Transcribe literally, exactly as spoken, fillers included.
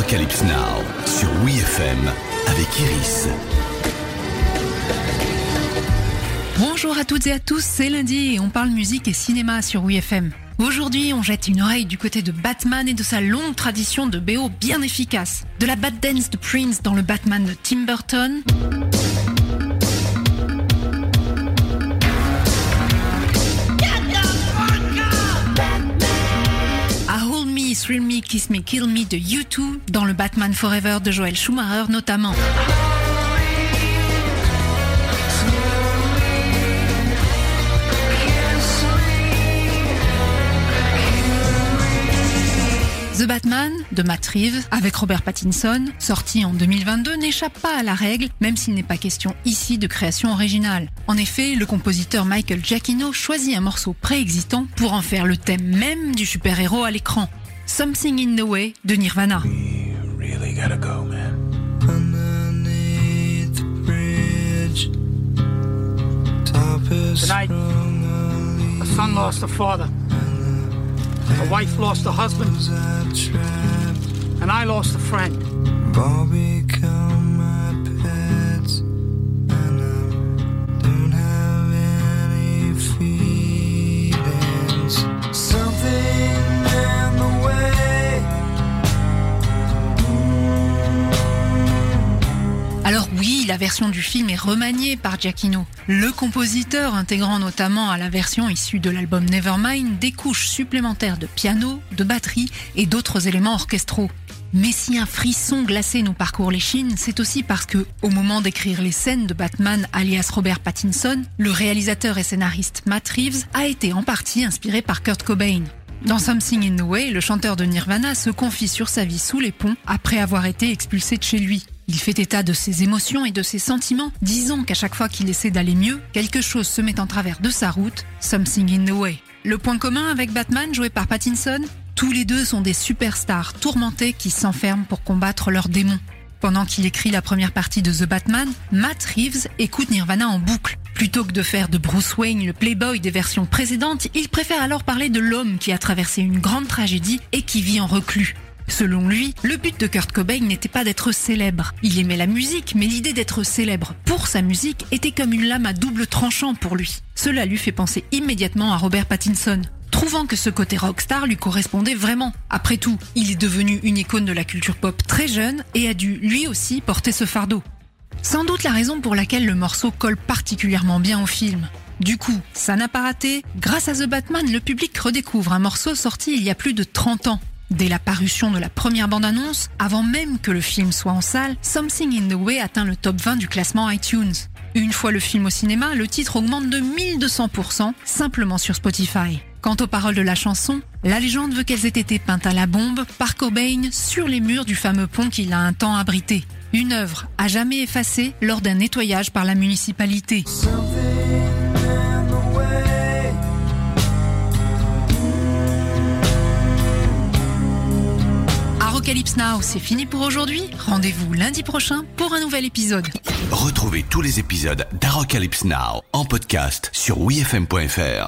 Arocalypse Now sur Oui F M avec Iris. Bonjour à toutes et à tous, c'est lundi et on parle musique et cinéma sur Oui F M. Aujourd'hui, on jette une oreille du côté de Batman et de sa longue tradition de B O bien efficace. De la Bat Dance de Prince dans le Batman de Tim Burton, à Hold Me, Thrill Me, Kiss Me, Kill Me de U deux dans le Batman Forever de Joel Schumacher notamment. The Batman de Matt Reeves avec Robert Pattinson, sorti en deux mille vingt-deux, n'échappe pas à la règle, même s'il n'est pas question ici de création originale. En effet, le compositeur Michael Giacchino choisit un morceau préexistant pour en faire le thème même du super-héros à l'écran. Something in the Way de Nirvana. We really gotta go, man. Tonight, a son lost a father. A wife lost a husband, and I lost a friend. Bobby, come my pets, and I don't have any feelings. Something in the way. Alors oui, la version du film est remaniée par Giacchino. Le compositeur, intégrant notamment à la version issue de l'album Nevermind des couches supplémentaires de piano, de batterie et d'autres éléments orchestraux. Mais si un frisson glacé nous parcourt l'échine, c'est aussi parce que, au moment d'écrire les scènes de Batman alias Robert Pattinson, le réalisateur et scénariste Matt Reeves a été en partie inspiré par Kurt Cobain. Dans Something in the Way, le chanteur de Nirvana se confie sur sa vie sous les ponts après avoir été expulsé de chez lui. Il fait état de ses émotions et de ses sentiments, disant qu'à chaque fois qu'il essaie d'aller mieux, quelque chose se met en travers de sa route, Something in the Way. Le point commun avec Batman, joué par Pattinson, tous les deux sont des superstars tourmentés qui s'enferment pour combattre leurs démons. Pendant qu'il écrit la première partie de The Batman, Matt Reeves écoute Nirvana en boucle. Plutôt que de faire de Bruce Wayne le playboy des versions précédentes, il préfère alors parler de l'homme qui a traversé une grande tragédie et qui vit en reclus. Selon lui, le but de Kurt Cobain n'était pas d'être célèbre. Il aimait la musique, mais l'idée d'être célèbre pour sa musique était comme une lame à double tranchant pour lui. Cela lui fait penser immédiatement à Robert Pattinson, trouvant que ce côté rockstar lui correspondait vraiment. Après tout, il est devenu une icône de la culture pop très jeune et a dû lui aussi porter ce fardeau. Sans doute la raison pour laquelle le morceau colle particulièrement bien au film. Du coup, ça n'a pas raté. Grâce à The Batman, le public redécouvre un morceau sorti il y a plus de trente ans. Dès la parution de la première bande-annonce, avant même que le film soit en salle, Something in the Way atteint le top vingt du classement iTunes. Une fois le film au cinéma, le titre augmente de mille deux cents pour cent simplement sur Spotify. Quant aux paroles de la chanson, la légende veut qu'elles aient été peintes à la bombe par Cobain sur les murs du fameux pont qu'il a un temps abrité. Une œuvre à jamais effacée lors d'un nettoyage par la municipalité. Arocalypse Now, c'est fini pour aujourd'hui. Rendez-vous lundi prochain pour un nouvel épisode. Retrouvez tous les épisodes d'Arocalypse Now en podcast sur oui f m point f r.